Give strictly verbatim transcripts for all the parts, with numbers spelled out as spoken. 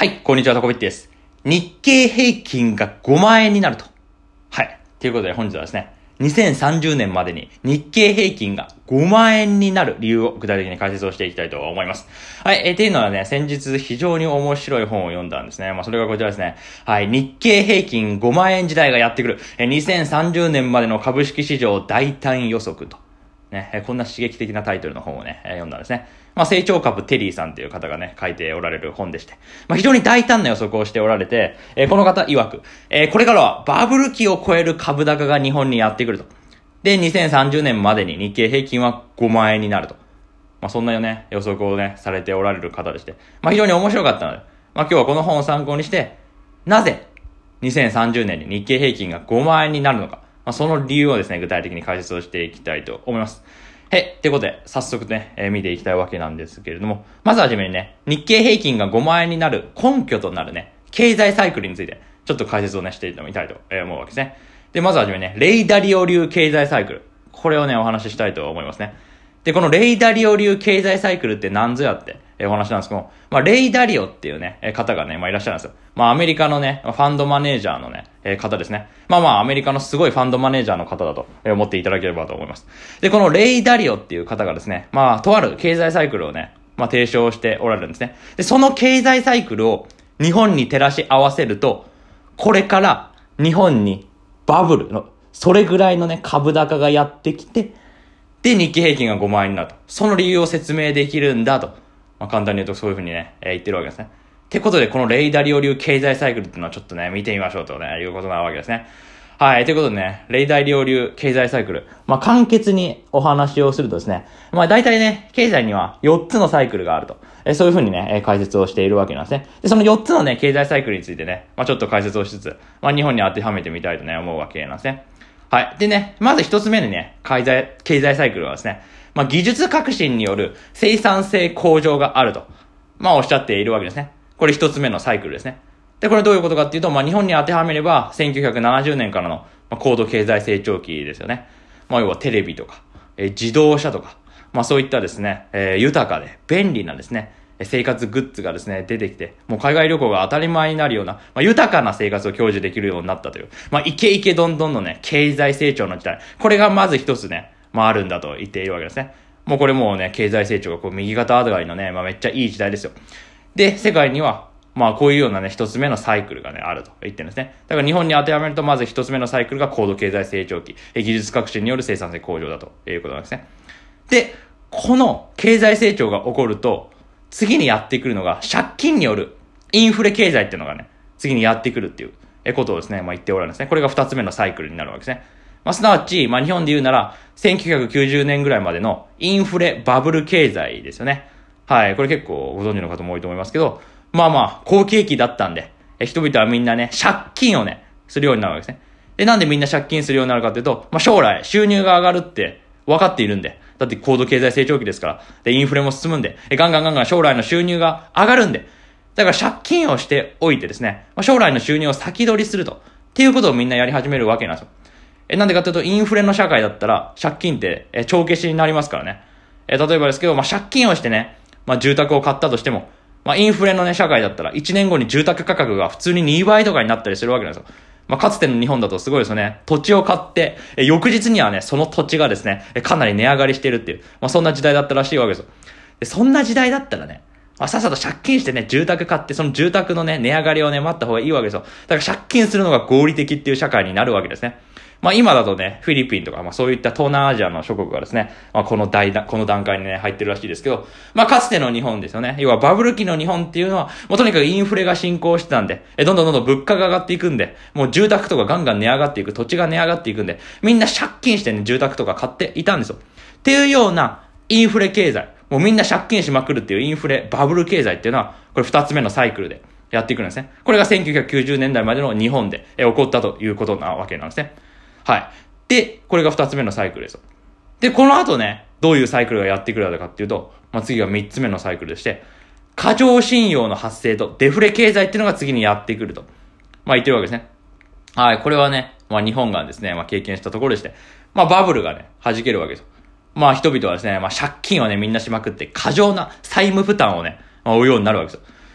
はい、こんにちは、タコビットです。日経平均がごまん円になると。はい。ということで本日はですね、にせんさんじゅうねんまでに日経平均がごまん円になる理由を具体的に解説をしていきたいと思います。はい。えー、っていうのはね、先日非常に面白い本を読んだんですね。まあ、それがこちらですね。はい。日経平均ごまん円時代がやってくる。えー、にせんさんじゅうねんまでの株式市場大胆予測と。ね、えー、こんな刺激的なタイトルの本をね、えー、読んだんですね。まあ、成長株テリーさんという方がね、書いておられる本でして。まあ、非常に大胆な予測をしておられて、えー、この方曰く、えー、これからはバブル期を超える株高が日本にやってくると。で、にせんさんじゅうねんまでに日経平均はごまん円になると。まあ、そんなよね、予測をね、されておられる方でして。まあ、非常に面白かったので、まあ、今日はこの本を参考にして、なぜにせんさんじゅうねんに日経平均がごまん円になるのか。まあ、その理由をですね、具体的に解説をしていきたいと思います。はい。ということで、早速ね、えー、見ていきたいわけなんですけれども、まずはじめにね、日経平均がごまん円になる根拠となるね、経済サイクルについて、ちょっと解説をね、してみたいと思うわけですね。で、まずはじめね、レイダリオ流経済サイクル。これをね、お話ししたいと思いますね。で、このレイダリオ流経済サイクルって何ぞやって、えー、お話なんですけども、まあ、レイダリオっていうね、えー、方がね、まあ、いらっしゃるんですよ。まあ、アメリカのね、ファンドマネージャーのね、えー、方ですね。まあまあ、アメリカのすごいファンドマネージャーの方だと、えー、思っていただければと思います。で、このレイダリオっていう方がですね、まあ、とある経済サイクルをね、まあ、提唱しておられるんですね。で、その経済サイクルを日本に照らし合わせると、これから日本にバブルの、それぐらいのね、株高がやってきて、で、日経平均がごまん円になると。その理由を説明できるんだと。まあ、簡単に言うとそういうふうにね、えー、言ってるわけですね。ってことで、このレイダリオ流経済サイクルっていうのはちょっとね、見てみましょうとね、いうことなわけですね。はい。ということでね、レイダリオ流経済サイクル。まあ、簡潔にお話をするとですね、まあ、大体ね、経済にはよっつのサイクルがあると。えー、そういうふうにね、えー、解説をしているわけなんですね。で、そのよっつのね、経済サイクルについてね、まあ、ちょっと解説をしつつ、まあ、日本に当てはめてみたいとね、思うわけなんですね。はい。でね、まず一つ目にね、経済、経済サイクルはですね、まあ、技術革新による生産性向上があると、まあ、おっしゃっているわけですね。これ一つ目のサイクルですね。で、これどういうことかっていうと、まあ、日本に当てはめれば、せんきゅうひゃくななじゅうねんからの、まあ、高度経済成長期ですよね。まあ、要はテレビとか、えー、自動車とか、まあ、そういったですね、えー、豊かで便利なですね、生活グッズがですね、出てきて、もう海外旅行が当たり前になるような、まあ、豊かな生活を享受できるようになったという、まあ、イケイケどんどんのね、経済成長の時代。これがまず一つね、まあ、あるんだと言っているわけですね。もうこれもうね、経済成長がこう右肩上がりのね、まあ、めっちゃいい時代ですよ。で、世界には、まあこういうようなね、一つ目のサイクルがね、あると言ってるんですね。だから日本に当てはめると、まず一つ目のサイクルが高度経済成長期、技術革新による生産性向上だということなんですね。で、この経済成長が起こると、次にやってくるのが、借金によるインフレ経済っていうのがね、次にやってくるっていうことをですね、まあ言っておられるんですね。これが二つ目のサイクルになるわけですね。まあすなわち、まあ日本で言うなら、せんきゅうひゃくきゅうじゅうねんぐらいまでのインフレバブル経済ですよね。はい。これ結構ご存知の方も多いと思いますけど、まあまあ、好景気だったんで、え人々はみんなね、借金をね、するようになるわけですね。で、なんでみんな借金するようになるかっていうと、まあ将来収入が上がるって分かっているんで、だって高度経済成長期ですから、で、インフレも進むんで、えガンガンガンガン将来の収入が上がるんで、だから借金をしておいてですね、まあ、将来の収入を先取りすると、っていうことをみんなやり始めるわけなんですよ。え、なんでかっていうと、インフレの社会だったら、借金って、え、帳消しになりますからね。え、例えばですけど、まあ、借金をしてね、まあ、住宅を買ったとしても、まあ、インフレのね、社会だったら、いちねんごに住宅価格が普通ににばいとかになったりするわけなんですよ。まあ、かつての日本だとすごいですよね。土地を買って、え、翌日にはね、その土地がですね、かなり値上がりしてるっていう、まあ、そんな時代だったらしいわけですよ。で、そんな時代だったらね、まあ、さっさと借金してね、住宅買って、その住宅のね、値上がりをね、待った方がいいわけですよ。だから借金するのが合理的っていう社会になるわけですね。まあ今だとね、フィリピンとか、まあそういった東南アジアの諸国がですね、まあこの大だ、この段階にね、入ってるらしいですけど、まあかつての日本ですよね。要はバブル期の日本っていうのは、もうとにかくインフレが進行してたんで、え、どんどんどんどん物価が上がっていくんで、もう住宅とかガンガン値上がっていく、土地が値上がっていくんで、みんな借金してね、住宅とか買っていたんですよ。っていうようなインフレ経済、もうみんな借金しまくるっていうインフレ、バブル経済っていうのは、これ二つ目のサイクルでやっていくんですね。これがせんきゅうひゃくきゅうじゅうねんだいまでの日本で起こったということなわけなんですね。はい。で、これが二つ目のサイクルですよ。で、この後ね、どういうサイクルがやってくるのかっていうと、まあ、次が三つ目のサイクルでして、過剰信用の発生とデフレ経済っていうのが次にやってくると。まあ言ってるわけですね。はい、これはね、まあ日本がですね、まあ経験したところでして、まあバブルがね、弾けるわけですよ。まあ人々はですね、まあ借金をね、みんなしまくって過剰な債務負担をね、まあ、負うようになるわけですよ。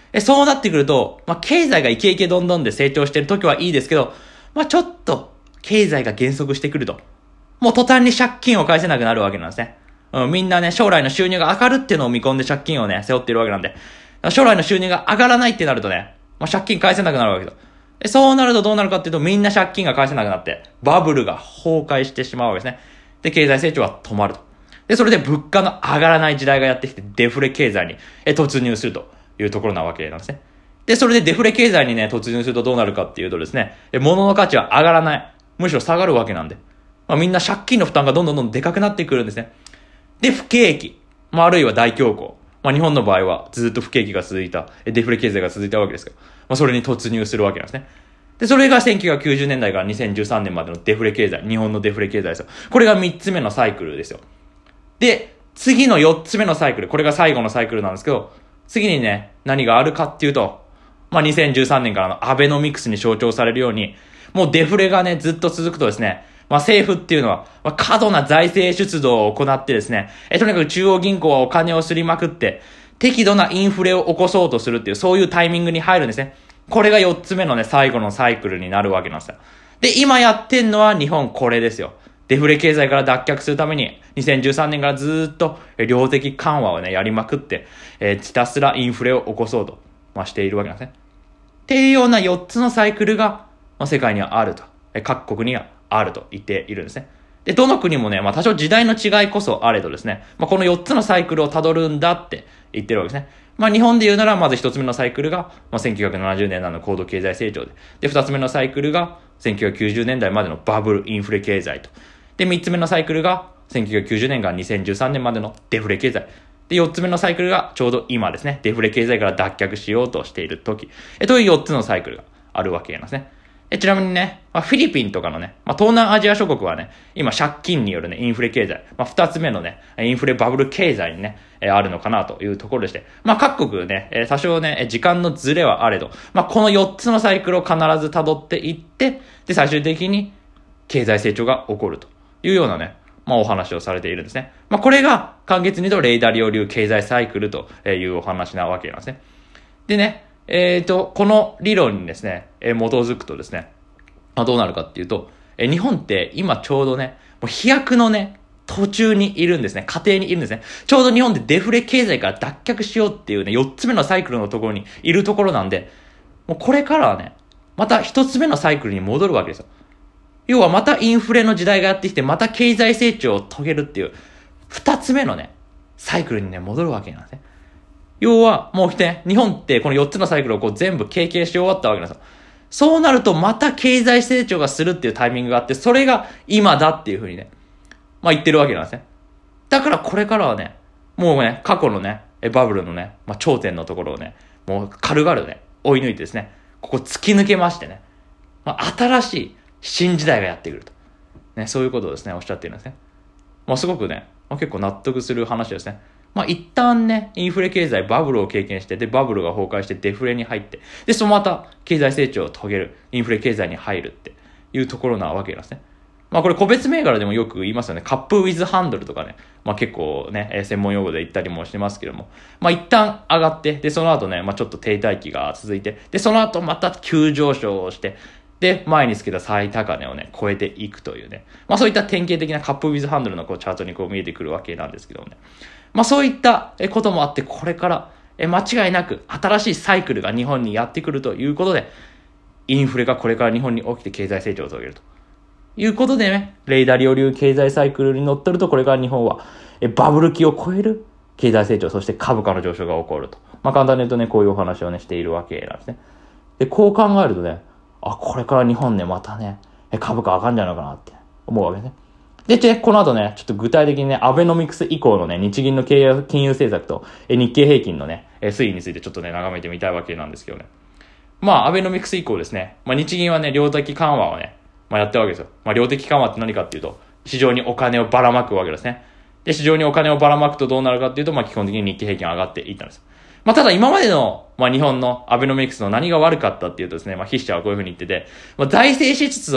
え、そうなってくると、まあ、経済がイケイケどんどんで成長してる時はいいですけど、まあ、ちょっと、経済が減速してくると。もう途端に借金を返せなくなるわけなんですね。うん、みんなね、将来の収入が上がるっていうのを見込んで借金をね、背負ってるわけなんで。将来の収入が上がらないってなるとね、まあ、借金返せなくなるわけですよ。でそうなるとどうなるかっていうと、みんな借金が返せなくなって、バブルが崩壊してしまうわけですね。で、経済成長は止まると。で、それで物価の上がらない時代がやってきて、デフレ経済に突入するというところなわけなんですね。で、それでデフレ経済にね、突入するとどうなるかっていうとですね、物の価値は上がらない。むしろ下がるわけなんで。まあ、みんな借金の負担がどんどんどんどんでかくなってくるんですね。で、不景気。まあ、あるいは大恐慌。まあ、日本の場合はずっと不景気が続いた、デフレ経済が続いたわけですけど、まあ、それに突入するわけなんですね。で、それがせんきゅうひゃくきゅうじゅうねんだいからにせんじゅうさんねんまでのデフレ経済、日本のデフレ経済ですよ。これがみっつめのサイクルですよ。で、次のよっつめのサイクル、これが最後のサイクルなんですけど、次にね、何があるかっていうと、まあ、にせんじゅうさんねんからのアベノミクスに象徴されるように、もうデフレがね、ずっと続くとですね、まあ、政府っていうのは、まあ、過度な財政出動を行ってですね、え、とにかく中央銀行はお金をすりまくって、適度なインフレを起こそうとするっていう、そういうタイミングに入るんですね。これがよっつめのね、最後のサイクルになるわけなんですよ。で、今やってんのは日本これですよ。デフレ経済から脱却するために、にせんじゅうさんねんからずーっと量的緩和をね、やりまくって、えー、ひたすらインフレを起こそうと、まあ、しているわけなんですね。っていうようなよっつのサイクルが、まあ、世界にはあると。えー、各国にはあると言っているんですね。で、どの国もね、まあ多少時代の違いこそあれどですね、まあこのよっつのサイクルを辿るんだって言ってるわけですね。まあ日本で言うならまずひとつめのサイクルが、まあせんきゅうひゃくななじゅうねんだいの高度経済成長で、で、ふたつめのサイクルがせんきゅうひゃくきゅうじゅうねんだいまでのバブルインフレ経済と。で、みっつめのサイクルがせんきゅうひゃくきゅうじゅうねんからにせんじゅうさんねんまでのデフレ経済。で、よっつめのサイクルがちょうど今ですね、デフレ経済から脱却しようとしている時。え、というよっつのサイクルがあるわけなんですね。えちなみにね、まあ、フィリピンとかのね、まあ、東南アジア諸国はね、今借金によるね、インフレ経済、まあ、二つ目のね、インフレバブル経済にね、えー、あるのかなというところでして、まあ、各国ね、えー、多少ね、時間のズレはあれど、まあ、このよっつのサイクルを必ず辿っていって、で、最終的に経済成長が起こるというようなね、まあ、お話をされているんですね。まあ、これが簡潔に言うとレイダリオ流経済サイクルというお話なわけなんですね。でね、えっと、この理論にですね、えー、基づくとですね、まあ、どうなるかっていうと、えー、日本って今ちょうどね、もう飛躍のね、途中にいるんですね。過程にいるんですね。ちょうど日本でデフレ経済から脱却しようっていうね、よっつめのサイクルのところにいるところなんで、もうこれからはね、またひとつめのサイクルに戻るわけですよ。要はまたインフレの時代がやってきて、また経済成長を遂げるっていう、二つ目のね、サイクルにね、戻るわけなんですね。要は、もうね、日本ってこのよっつのサイクルをこう全部経験し終わったわけなんですよ。そうなるとまた経済成長がするっていうタイミングがあって、それが今だっていうふうにね、まあ言ってるわけなんですね。だからこれからはね、もうね、過去のね、バブルのね、まあ頂点のところをね、もう軽々ね、追い抜いてですね、ここ突き抜けましてね、まあ新しい新時代がやってくると。ね、そういうことをですね、おっしゃっているんですね。まあすごくね、まあ、結構納得する話ですね。まあ一旦ね、インフレ経済、バブルを経験して、で、バブルが崩壊してデフレに入って、で、そのまた経済成長を遂げる、インフレ経済に入るっていうところなわけなんですね。まあこれ個別銘柄でもよく言いますよね。カップウィズハンドルとかね。まあ結構ね、専門用語で言ったりもしてますけども。まあ一旦上がって、で、その後ね、まあちょっと停滞期が続いて、で、その後また急上昇をして、で、前につけた最高値をね、超えていくというね。まあそういった典型的なカップウィズハンドルのこうチャートにこう見えてくるわけなんですけどもね。まあそういったこともあって、これから間違いなく新しいサイクルが日本にやってくるということで、インフレがこれから日本に起きて経済成長を遂げるということでね、レイダリオ流経済サイクルに乗っ取ると、これから日本はバブル期を超える経済成長、そして株価の上昇が起こると。まあ簡単に言うとね、こういうお話をね、しているわけなんですね。で、こう考えるとね、あ、これから日本ね、またね、株価上がんじゃないのかなって思うわけですね。で、この後ね、ちょっと具体的にね、アベノミクス以降のね、日銀の金融政策と日経平均のね、推移についてちょっとね、眺めてみたいわけなんですけどね。まあ、アベノミクス以降ですね、まあ日銀はね、量的緩和をね、まあやってるわけですよ。まあ量的緩和って何かっていうと、市場にお金をばらまくわけですね。で、市場にお金をばらまくとどうなるかっていうと、まあ基本的に日経平均上がっていったんです。まあただ今までの、まあ日本のアベノミクスの何が悪かったっていうとですね、まあ筆者はこういうふうに言ってて、まあ財政支出を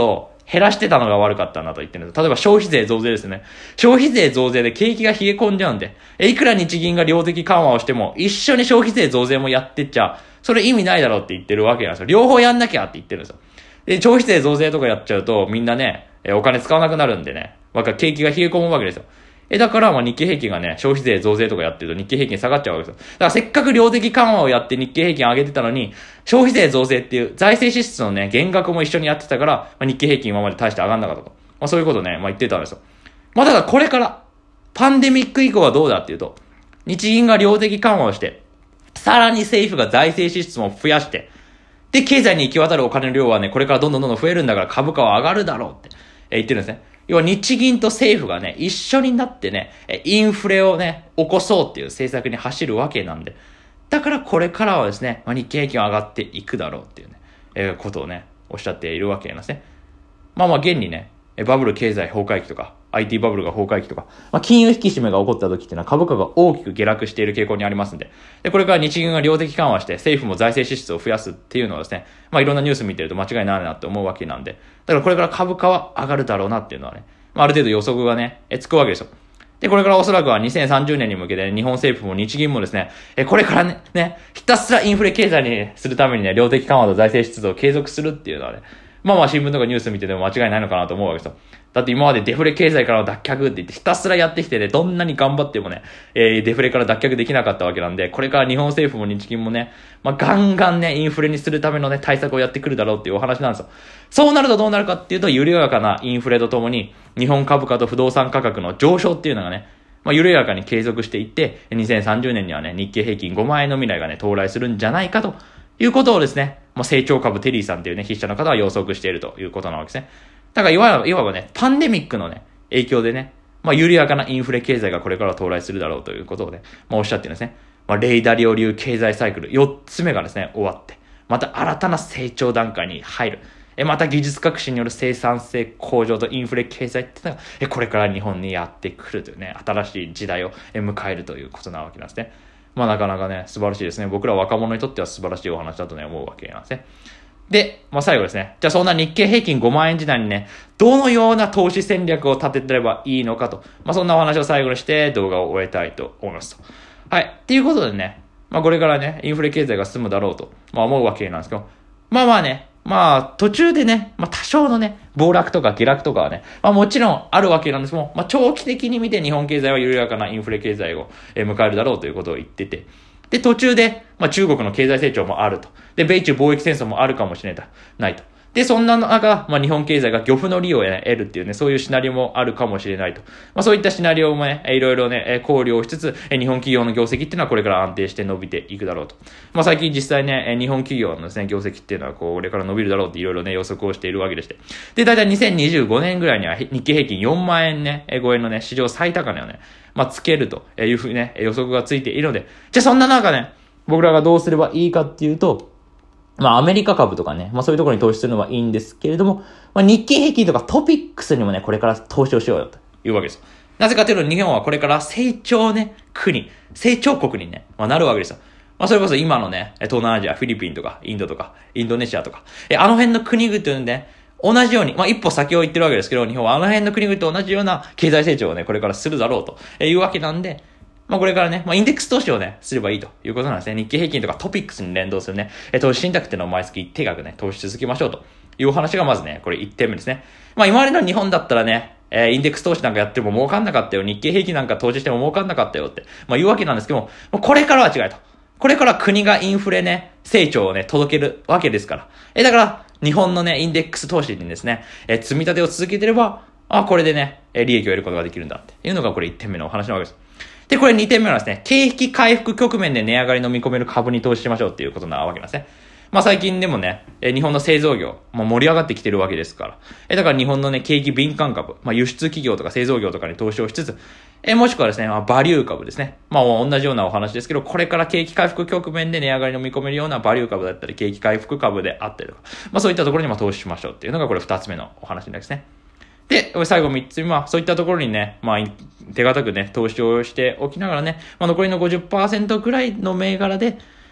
減らしてたのが悪かったなと言ってるんです。例えば消費税増税ですね。消費税増税で景気が冷え込んじゃうんで、え、いくら日銀が量的緩和をしても、一緒に消費税増税もやってっちゃ、それ意味ないだろうって言ってるわけなんですよ。両方やんなきゃって言ってるんですよ。で、消費税増税とかやっちゃうと、みんなね、え、お金使わなくなるんでね、わか景気が冷え込むわけですよ。え、だから、まあ、日経平均がね、消費税増税とかやってると日経平均下がっちゃうわけですよ。だから、せっかく量的緩和をやって日経平均上げてたのに、消費税増税っていう財政支出のね、減額も一緒にやってたから、まあ、日経平均今まで大して上がんなかったと。まあ、そういうことね、まあ、言ってたんですよ。まあ、ただ、これから、パンデミック以降はどうだっていうと、日銀が量的緩和をして、さらに政府が財政支出も増やして、で、経済に行き渡るお金の量はね、これからどんどんどんどん増えるんだから株価は上がるだろうって、え言ってるんですね。要は日銀と政府がね、一緒になってね、インフレをね、起こそうっていう政策に走るわけなんで。だからこれからはですね、まあ、日経平均は上がっていくだろうっていうね、えー、ことをね、おっしゃっているわけなんですね。まあまあ現にね、バブル経済崩壊期とか、アイティー バブルが崩壊期とか、まあ、金融引き締めが起こった時っていうのは株価が大きく下落している傾向にありますんで、で、これから日銀が量的緩和して政府も財政支出を増やすっていうのはですね、まあいろんなニュース見てると間違いないなって思うわけなんで、だからこれから株価は上がるだろうなっていうのはね、まあある程度予測がね、えつくわけですよ。で、これからおそらくはにせんさんじゅうねんに向けて、ね、日本政府も日銀もですね、え、これからね、ね、ひたすらインフレ経済にするためにね、量的緩和と財政支出を継続するっていうのはね、まあまあ新聞とかニュース見てても間違いないのかなと思うわけですよ。だって今までデフレ経済からの脱却って言ってひたすらやってきてね、どんなに頑張ってもね、えー、デフレから脱却できなかったわけなんで、これから日本政府も日銀もね、まあガンガンね、インフレにするためのね、対策をやってくるだろうっていうお話なんですよ。そうなるとどうなるかっていうと、緩やかなインフレとともに、日本株価と不動産価格の上昇っていうのがね、まあ緩やかに継続していって、にせんさんじゅうねんにはね、日経平均ごまんえんの未来がね、到来するんじゃないかということをですね、まあ成長株テリーさんっていうね、筆者の方は予測しているということなわけですね。だからいわば、いわばね、パンデミックのね、影響でね、まあ、緩やかなインフレ経済がこれから到来するだろうということをね、まあ、おっしゃってるんですね。まあ、レイダリオ流経済サイクル、よっつめがですね、終わって、また新たな成長段階に入る。え、また技術革新による生産性向上とインフレ経済っていうのが、え、これから日本にやってくるというね、新しい時代を迎えるということなわけなんですね。まあ、なかなかね、素晴らしいですね。僕ら若者にとっては素晴らしいお話だとね、思うわけなんですね。で、まあ、最後ですね。じゃあそんな日経平均ごまんえん時代にね、どのような投資戦略を立ててればいいのかと。まあ、そんなお話を最後にして動画を終えたいと思いますと。はい。っていうことでね、まあこれからね、インフレ経済が進むだろうと、まあ思うわけなんですけど、まあまあね、まあ途中でね、まあ多少のね、暴落とか下落とかはね、まあもちろんあるわけなんですけども、まあ長期的に見て日本経済は緩やかなインフレ経済を迎えるだろうということを言ってて、で、途中で、まあ中国の経済成長もあると。で、米中貿易戦争もあるかもしれないと。で、そんな中、まあ日本経済が漁夫の利を、ね、得るっていうね、そういうシナリオもあるかもしれないと。まあそういったシナリオもね、いろいろね、考慮をしつつ、日本企業の業績っていうのはこれから安定して伸びていくだろうと。まあ最近実際ね、日本企業のですね、業績っていうのはこれから伸びるだろうっていろいろね、予測をしているわけでして。で、だいたいにせんにじゅうごねんぐらいには日経平均よんまんえんね、超えのね、史上最高値をね、まあつけるというふうにね、予測がついているので、じゃあそんな中ね、僕らがどうすればいいかっていうと、まあアメリカ株とかね、まあそういうところに投資するのはいいんですけれども、まあ日経平均とかトピックスにもね、これから投資をしようよというわけです。なぜかというと日本はこれから成長ね、国、成長国にね、まあ、なるわけですよ。まあそれこそ今のね、東南アジア、フィリピンとか、インドとか、インドネシアとか、え、あの辺の国々というので、ね、同じように、まあ一歩先を行ってるわけですけど、日本はあの辺の国々と同じような経済成長をね、これからするだろうというわけなんで、まあこれからね、まあインデックス投資をね、すればいいということなんですね。日経平均とかトピックスに連動するね、投資信託っていうのを毎月一定額ね、投資し続けましょうというお話がまずね、これいってんめですね。まあ今までの日本だったらね、えー、インデックス投資なんかやっても儲かんなかったよ。日経平均なんか投資しても儲かんなかったよって、まあ言うわけなんですけども、もうこれからは違いと。これから国がインフレね、成長をね、届けるわけですから。え、だから、日本のね、インデックス投資にですね、えー、積み立てを続けてれば、あ、これでね、利益を得ることができるんだっていうのがこれいってんめのお話なわけです。で、これにてんめはですね、景気回復局面で値上がりの見込める株に投資しましょうっていうことなわけなんですね。まあ最近でもね、日本の製造業、まあ、盛り上がってきてるわけですから。え、だから日本のね、景気敏感株、まあ輸出企業とか製造業とかに投資をしつつ、え、もしくはですね、まあ、バリュー株ですね。まあ同じようなお話ですけど、これから景気回復局面で値上がりの見込めるようなバリュー株だったり、景気回復株であったりとか、まあそういったところにまあ投資しましょうっていうのがこれ二つ目のお話ですね。で、最後みっつめは、そういったところにね、まあ、手堅くね、投資をしておきながらね、まあ、残りの ごじゅっパーセント くらいの銘柄で、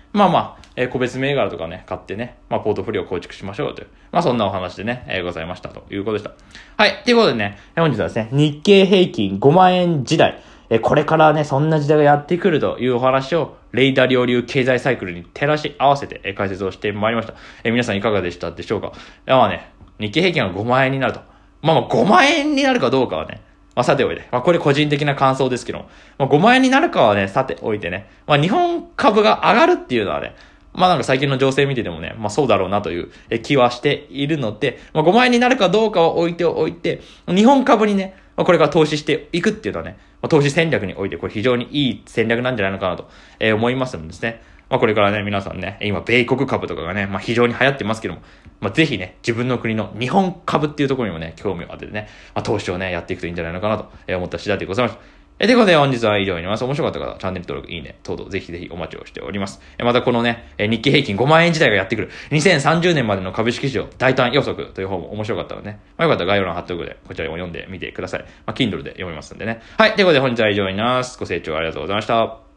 まあまあ、えー、個別銘柄とかね、買ってね、まあ、ポートフォリオを構築しましょうという、まあ、そんなお話でね、えー、ございましたということでした。はい。ということでね、本日はですね、日経平均ごまん円時代、えー、これからね、そんな時代がやってくるというお話を、レイダリオ流経済サイクルに照らし合わせて、えー、解説をしてまいりました。えー、皆さんいかがでしたでしょうか。まあね、日経平均がごまん円になると。まあまあごまん円になるかどうかはね、まあさておいて。まあこれ個人的な感想ですけども。まあごまん円になるかはね、さておいてね。まあ日本株が上がるっていうのはね、まあなんか最近の情勢見ててもね、まあそうだろうなという気はしているので、まあごまん円になるかどうかは置いておいて、日本株にね、まあ、これから投資していくっていうのはね、まあ、投資戦略においてこれ非常にいい戦略なんじゃないのかなと、えー、思いますのでですね。まあこれからね、皆さんね、今、米国株とかがね、まあ非常に流行ってますけども、まあぜひね、自分の国の日本株っていうところにもね、興味を当ててね、まあ投資をね、やっていくといいんじゃないのかなと思った次第でございます。え、ということで本日は以上になります。面白かった方はチャンネル登録、いいね、等々ぜひぜひお待ちをしております。え、またこのね、日経平均ごまん円時代がやってくるにせんさんじゅうねんまでの株式市場大胆予測という本も面白かったのでね、まあよかったら概要欄貼っておくので、こちらを読んでみてください。まあ Kindle で読めますんでね。はい、ということで本日は以上になります。ご清聴ありがとうございました。